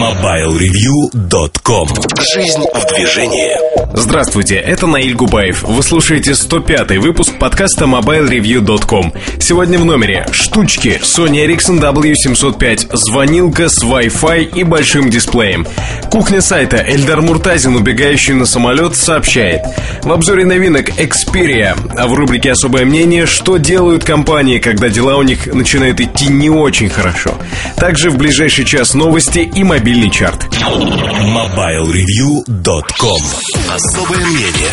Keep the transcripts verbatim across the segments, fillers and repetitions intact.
мобайл ревью точка ком. Жизнь в движении. Здравствуйте, это Наиль Губаев. Вы слушаете сто пятый выпуск подкаста мобайл ревью точка ком. Сегодня в номере штучки Sony Ericsson дабл ю семьсот пять, звонилка с Wi-Fi и большим дисплеем. Кухня сайта Эльдар Муртазин, убегающий на самолет, сообщает. В обзоре новинок Xperia, а в рубрике «Особое мнение», что делают компании, когда дела у них начинают идти не очень хорошо. Также в ближайший час новости и мобильный чарт. мобайл ревью точка ком. Особое мнение.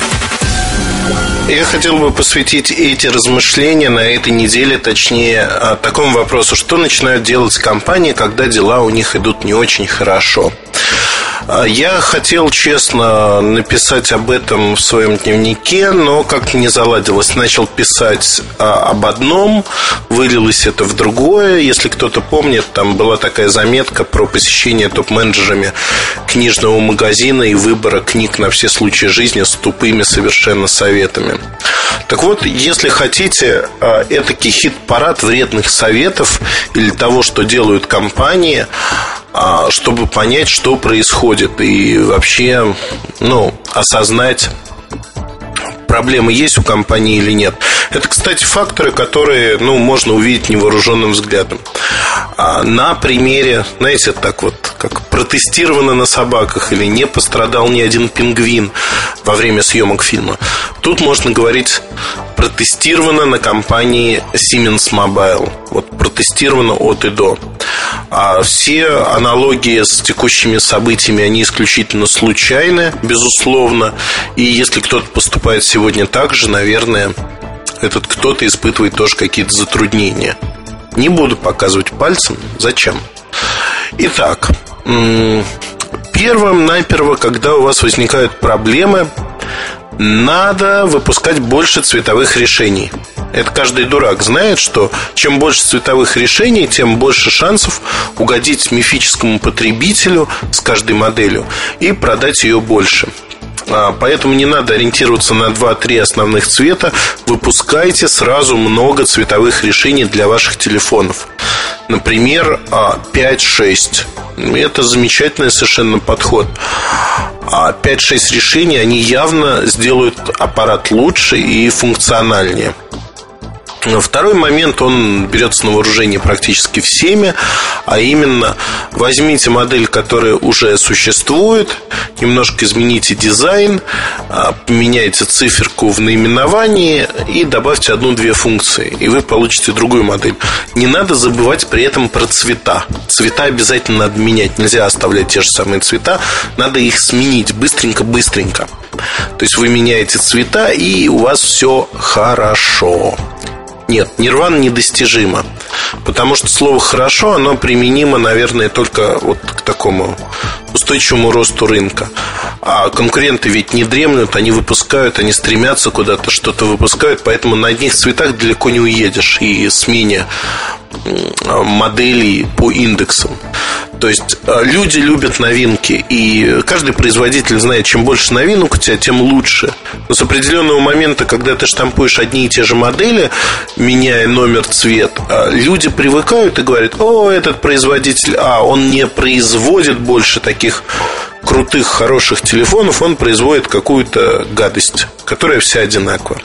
Я хотел бы посвятить эти размышления на этой неделе, точнее, такому вопросу, что начинают делать компании, когда дела у них идут не очень хорошо. Я хотел, честно, написать об этом в своем дневнике, но как-то не заладилось. Начал писать а, об одном, вылилось это в другое. Если кто-то помнит, там была такая заметка про посещение топ-менеджерами книжного магазина и выбора книг на все случаи жизни с тупыми совершенно советами. Так вот, если хотите а, этакий хит-парад вредных советов или того, что делают компании, чтобы понять, что происходит, и вообще, ну, осознать, проблемы есть у компании или нет. Это, кстати, факторы, которые, ну, можно увидеть невооруженным взглядом. На примере, знаете, так вот, как протестировано на собаках или не пострадал ни один пингвин во время съемок фильма. Тут можно говорить протестировано на компании Siemens Mobile. Вот протестировано от и до. А все аналогии с текущими событиями, они исключительно случайны, безусловно. И если кто-то поступает сегодня так же, наверное, этот кто-то испытывает тоже какие-то затруднения. Не буду показывать пальцем. Зачем? Итак, первым-наперво, когда у вас возникают проблемы, надо выпускать больше цветовых решений. Это каждый дурак знает, что чем больше цветовых решений, тем больше шансов угодить мифическому потребителю с каждой моделью и продать ее больше. Поэтому не надо ориентироваться на два-три основных цвета. Выпускайте сразу много цветовых решений для ваших телефонов. Например, пять-шесть. Это замечательный совершенно подход. пять-шесть решений, они явно сделают аппарат лучше и функциональнее. Второй момент, он берется на вооружение практически всеми, а именно возьмите модель, которая уже существует, немножко измените дизайн, поменяйте циферку в наименовании и добавьте одну-две функции, и вы получите другую модель. Не надо забывать при этом про цвета. Цвета обязательно надо менять, нельзя оставлять те же самые цвета, надо их сменить быстренько-быстренько. То есть вы меняете цвета, и у вас все хорошо. Нет, нирвана недостижима. Потому что слово «хорошо», оно применимо, наверное, только вот к такому устойчивому росту рынка. А конкуренты ведь не дремлют, они выпускают, они стремятся куда-то, что-то выпускают. Поэтому на одних цветах далеко не уедешь и смене моделей по индексам. То есть люди любят новинки, и каждый производитель знает, чем больше новинок у тебя, тем лучше. Но с определенного момента, когда ты штампуешь одни и те же модели, меняя номер, цвет, люди привыкают и говорят: о, этот производитель, а, он не производит больше таких крутых, хороших телефонов, он производит какую-то гадость, которая вся одинаковая.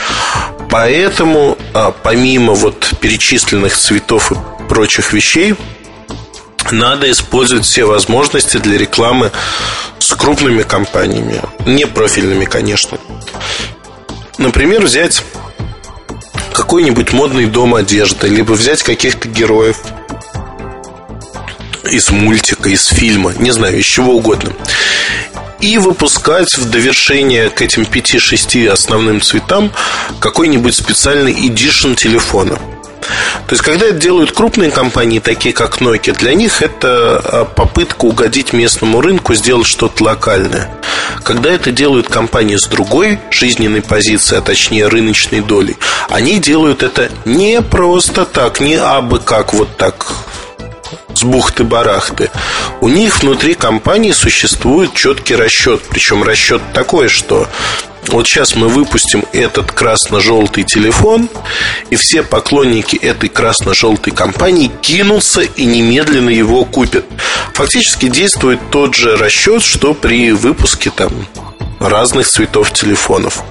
Поэтому, помимо вот перечисленных цветов и прочих вещей, надо использовать все возможности для рекламы с крупными компаниями, не профильными, конечно. Например, взять какой-нибудь модный дом одежды, либо взять каких-то героев из мультика, из фильма, не знаю, из чего угодно, и выпускать в довершение к этим пяти-шести основным цветам какой-нибудь специальный эдишн телефона. То есть, когда это делают крупные компании, такие как Nokia, для них это попытка угодить местному рынку, сделать что-то локальное. Когда это делают компании с другой жизненной позицией, а точнее рыночной долей, они делают это не просто так, не абы как вот так, с бухты-барахты. У них внутри компании существует четкий расчет. Причем расчет такой, что вот сейчас мы выпустим этот красно-желтый телефон, и все поклонники этой красно-желтой компании кинутся и немедленно его купят. Фактически действует тот же расчет, что при выпуске там разных цветов телефонов.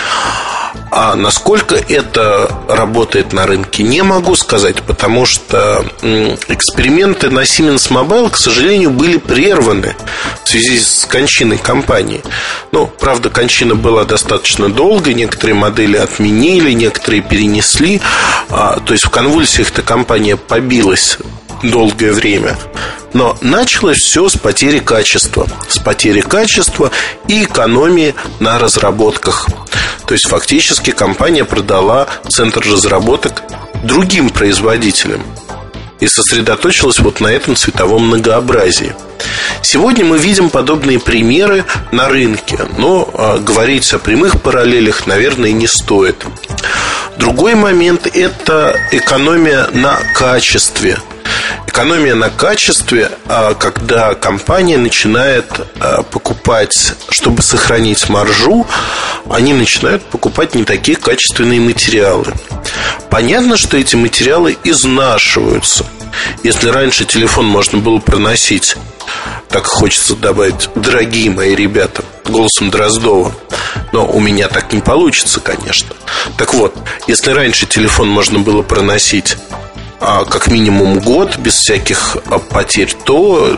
А насколько это работает на рынке, не могу сказать, потому что эксперименты на Siemens Mobile, к сожалению, были прерваны в связи с кончиной компании. Ну, правда, кончина была достаточно долгой, некоторые модели отменили, некоторые перенесли. То есть в конвульсиях эта компания побилась долгое время. Но началось все с потери качества. С потери качества и экономии на разработках. То есть фактически компания продала центр разработок другим производителям и сосредоточилась вот на этом цветовом многообразии. Сегодня мы видим подобные примеры на рынке, но а, говорить о прямых параллелях, наверное, не стоит. Другой момент – это экономия на качестве. Экономия на качестве, когда компания начинает покупать, чтобы сохранить маржу, они начинают покупать не такие качественные материалы. Понятно, что эти материалы изнашиваются. Если раньше телефон можно было проносить, так хочется добавить, дорогие мои ребята, голосом Дроздова, но у меня так не получится, конечно. Так вот, если раньше телефон можно было проносить как минимум год без всяких потерь, то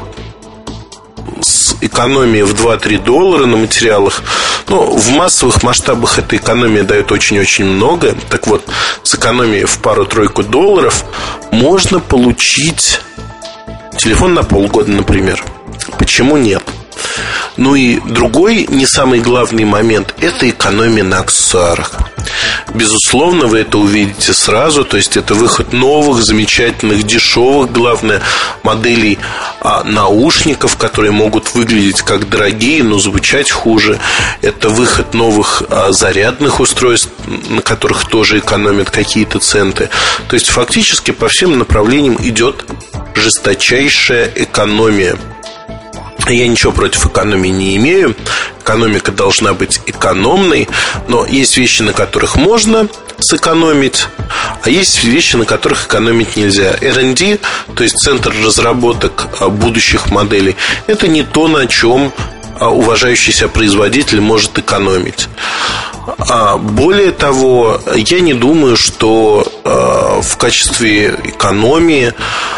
с экономией в два-три доллара на материалах, ну, в массовых масштабах эта экономия дает очень-очень много. Так вот, с экономией в пару-тройку долларов можно получить телефон на полгода, например. Почему нет? Ну и другой, не самый главный момент – это экономия на аксессуарах. Безусловно, вы это увидите сразу. То есть это выход новых, замечательных, дешевых, главное, моделей а, наушников, которые могут выглядеть как дорогие, но звучать хуже. Это выход новых а, зарядных устройств, на которых тоже экономят какие-то центы. То есть фактически по всем направлениям идет жесточайшая экономия. Я ничего против экономии не имею. Экономика должна быть экономной. Но есть вещи, на которых можно сэкономить, а есть вещи, на которых экономить нельзя. эр энд ди, то есть центр разработок будущих моделей, это не то, на чем уважающий себя производитель может экономить. Более того, я не думаю, что в качестве экономии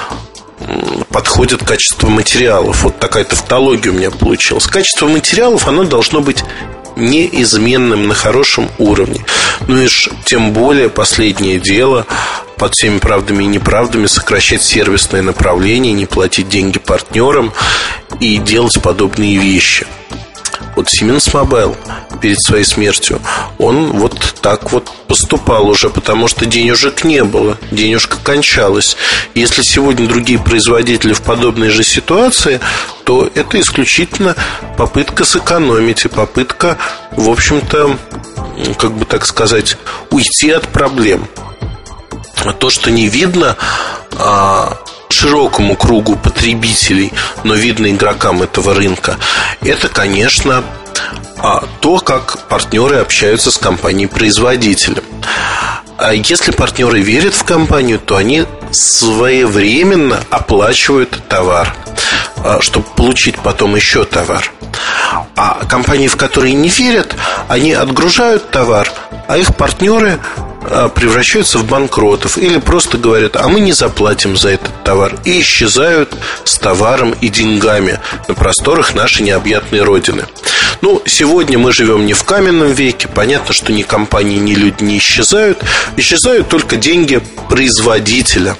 подходит качество материалов. Вот такая тавтология у меня получилась. Качество материалов, оно должно быть неизменным, на хорошем уровне. Ну и ж, тем более последнее дело, под всеми правдами и неправдами, сокращать сервисное направление, не платить деньги партнерам и делать подобные вещи. Вот Siemens Mobile перед своей смертью, он вот так вот поступал уже, потому что денежек не было, денежка кончалась. Если сегодня другие производители в подобной же ситуации, то это исключительно попытка сэкономить и попытка, в общем-то, как бы так сказать, уйти от проблем. То, что не видно широкому кругу потребителей, но видно игрокам этого рынка, это, конечно, то, как партнеры общаются с компанией-производителем. А если партнеры верят в компанию, то они своевременно оплачивают товар, чтобы получить потом еще товар. А компании, в которые не верят, они отгружают товар, а их партнеры превращаются в банкротов или просто говорят: а мы не заплатим за этот товар, и исчезают с товаром и деньгами на просторах нашей необъятной родины. Ну, сегодня мы живем не в каменном веке. Понятно, что ни компании, ни люди не исчезают. Исчезают только деньги производителя.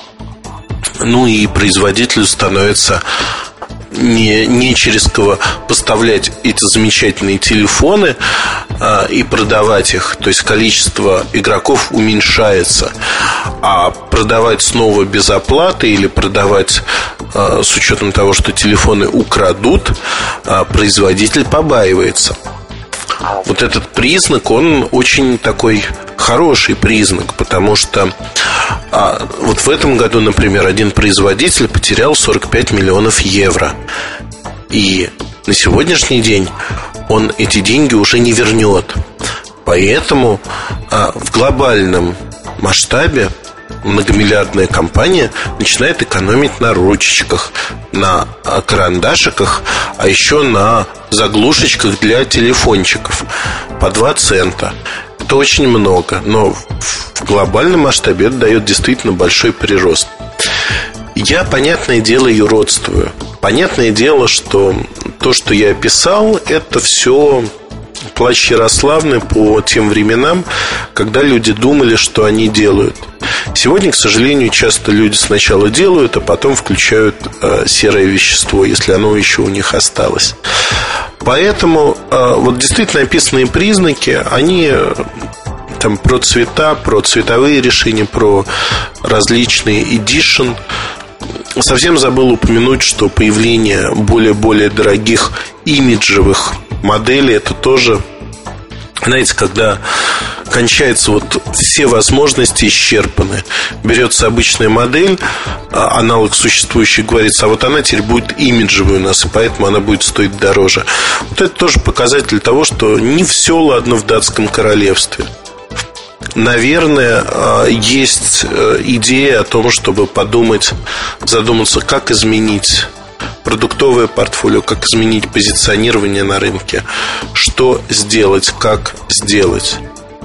Ну и производителю становится Не, не через кого поставлять эти замечательные телефоны а, и продавать их. То есть количество игроков уменьшается. А продавать снова без оплаты или продавать а, с учетом того, что телефоны украдут, а, производитель побаивается. Вот этот признак, он очень такой хороший признак, потому что а, вот в этом году, например, один производитель потерял сорок пять миллионов евро. И на сегодняшний день он эти деньги уже не вернет. Поэтому а, в глобальном масштабе многомиллиардная компания начинает экономить на ручечках, на карандашиках, а еще на заглушечках для телефончиков по два цента. Это очень много, но в глобальном масштабе это дает действительно большой прирост. Я, понятное дело, юродствую. Понятное дело, что то, что я описал, это все плач Ярославны по тем временам, когда люди думали, что они делают. Сегодня, к сожалению, часто люди сначала делают, а потом включают э, серое вещество, если оно еще у них осталось. Поэтому э, вот действительно описанные признаки, они там про цвета, про цветовые решения, про различные эдишн. Совсем забыл упомянуть, что появление более-более дорогих имиджевых моделей, это тоже, знаете, когда кончается вот все возможности исчерпаны. Берется обычная модель, аналог существующий, говорится, а вот она теперь будет имиджевой у нас, и поэтому она будет стоить дороже. Вот это тоже показатель того, что не все ладно в датском королевстве. Наверное, есть идея о том, чтобы подумать, задуматься, как изменить продуктовое портфолио, как изменить позиционирование на рынке, что сделать, как сделать.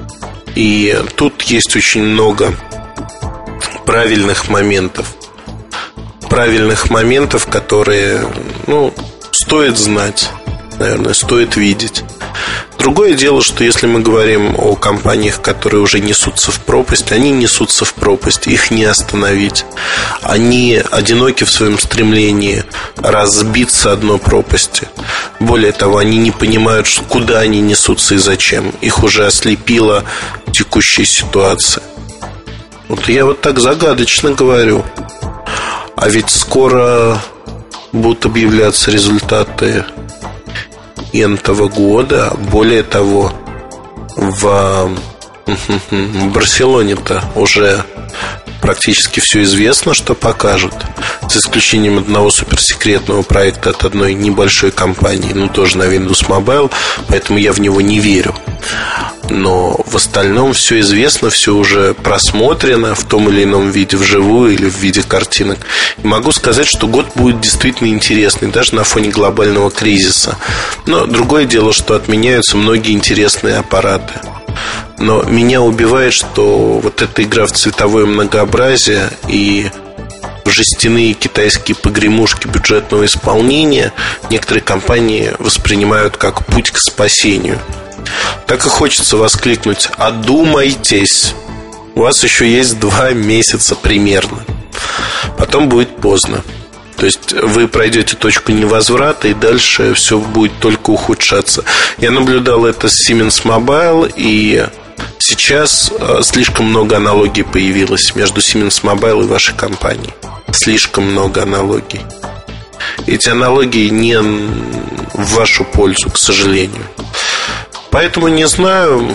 И тут есть очень много правильных моментов. Правильных моментов, которые, ну, стоит знать, наверное, стоит видеть. Другое дело, что если мы говорим о компаниях, которые уже несутся в пропасть, они несутся в пропасть, их не остановить. Они одиноки в своем стремлении разбиться о дно пропасти. Более того, они не понимают, куда они несутся и зачем. Их уже ослепила текущая ситуация. Вот я вот так загадочно говорю. А ведь скоро будут объявляться результаты этого года. Более того, в Барселоне-то уже практически все известно, что покажут, за исключением одного суперсекретного проекта от одной небольшой компании, ну тоже на Windows Mobile, поэтому я в него не верю. Но в остальном все известно, все уже просмотрено в том или ином виде, вживую или в виде картинок. И могу сказать, что год будет действительно интересный, даже на фоне глобального кризиса. Но другое дело, что отменяются многие интересные аппараты. Но меня убивает, что вот эта игра в цветовое многообразие и в жестяные китайские погремушки бюджетного исполнения некоторые компании воспринимают как путь к спасению. Так и хочется воскликнуть: одумайтесь! У вас еще есть два месяца примерно. Потом будет поздно. То есть вы пройдете точку невозврата, и дальше все будет только ухудшаться. Я наблюдал это с Siemens Mobile, и сейчас слишком много аналогий появилось между Siemens Mobile и вашей компанией. Слишком много аналогий. Эти аналогии не в вашу пользу, к сожалению. Поэтому не знаю.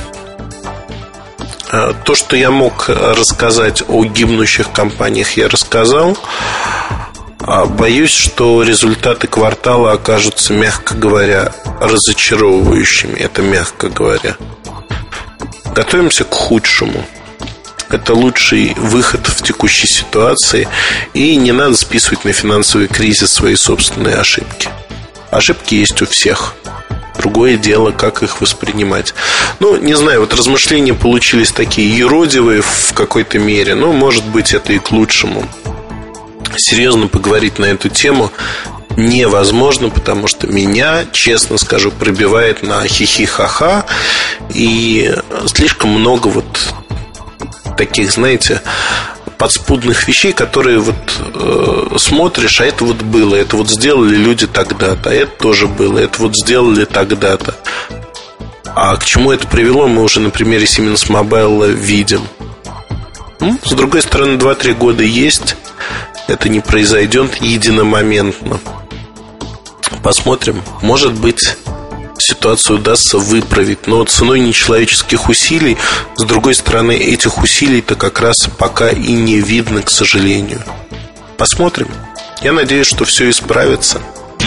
То, что я мог рассказать о гибнущих компаниях, я рассказал. Боюсь, что результаты квартала окажутся, мягко говоря, разочаровывающими. Это мягко говоря. Готовимся к худшему. Это лучший выход в текущей ситуации. И не надо списывать на финансовый кризис свои собственные ошибки. Ошибки есть у всех. Другое дело, как их воспринимать. Ну, не знаю, вот размышления получились такие юродивые в какой-то мере. Но, может быть, это и к лучшему. Серьезно поговорить на эту тему невозможно, потому что меня, честно скажу, пробивает на хихи-ха-ха. И слишком много вот таких, знаете, подспудных вещей, которые вот э, смотришь, а это вот было, это вот сделали люди тогда-то, а это тоже было, это вот сделали тогда-то. А к чему это привело, мы уже на примере Siemens Mobile видим. Ну, с другой стороны, два-три года есть. Это не произойдет единомоментно. Посмотрим. Может быть, ситуацию удастся выправить, но ценой нечеловеческих усилий. С другой стороны, этих усилий-то как раз пока и не видно, к сожалению. Посмотрим. Я надеюсь, что все исправится.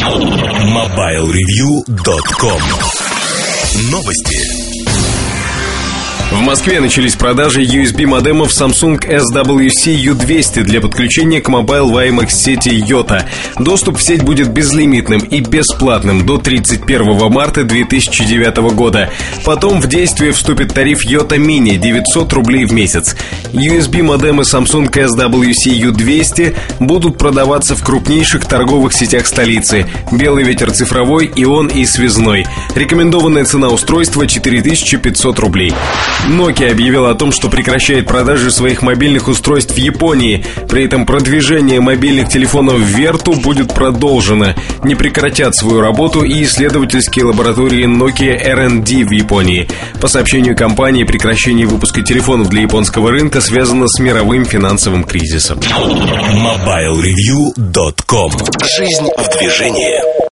мобайл ревью точка ком. Новости. В Москве начались продажи ю эс би-модемов Samsung эс дабл ю си ю двести для подключения к Mobile WiMAX сети Yota. Доступ в сеть будет безлимитным и бесплатным до тридцать первого марта две тысячи девятого года. Потом в действие вступит тариф Yota Mini девятьсот рублей в месяц. ю эс би-модемы Samsung эс дабл ю си ю двести будут продаваться в крупнейших торговых сетях столицы: Белый ветер цифровой, Ион и Связной. Рекомендованная цена устройства четыре тысячи пятьсот рублей. Nokia объявила о том, что прекращает продажи своих мобильных устройств в Японии. При этом продвижение мобильных телефонов в Верту будет продолжено. Не прекратят свою работу и исследовательские лаборатории Nokia эр энд ди в Японии. По сообщению компании, прекращение выпуска телефонов для японского рынка связано с мировым финансовым кризисом. мобайл ревью точка ком. Жизнь в движении.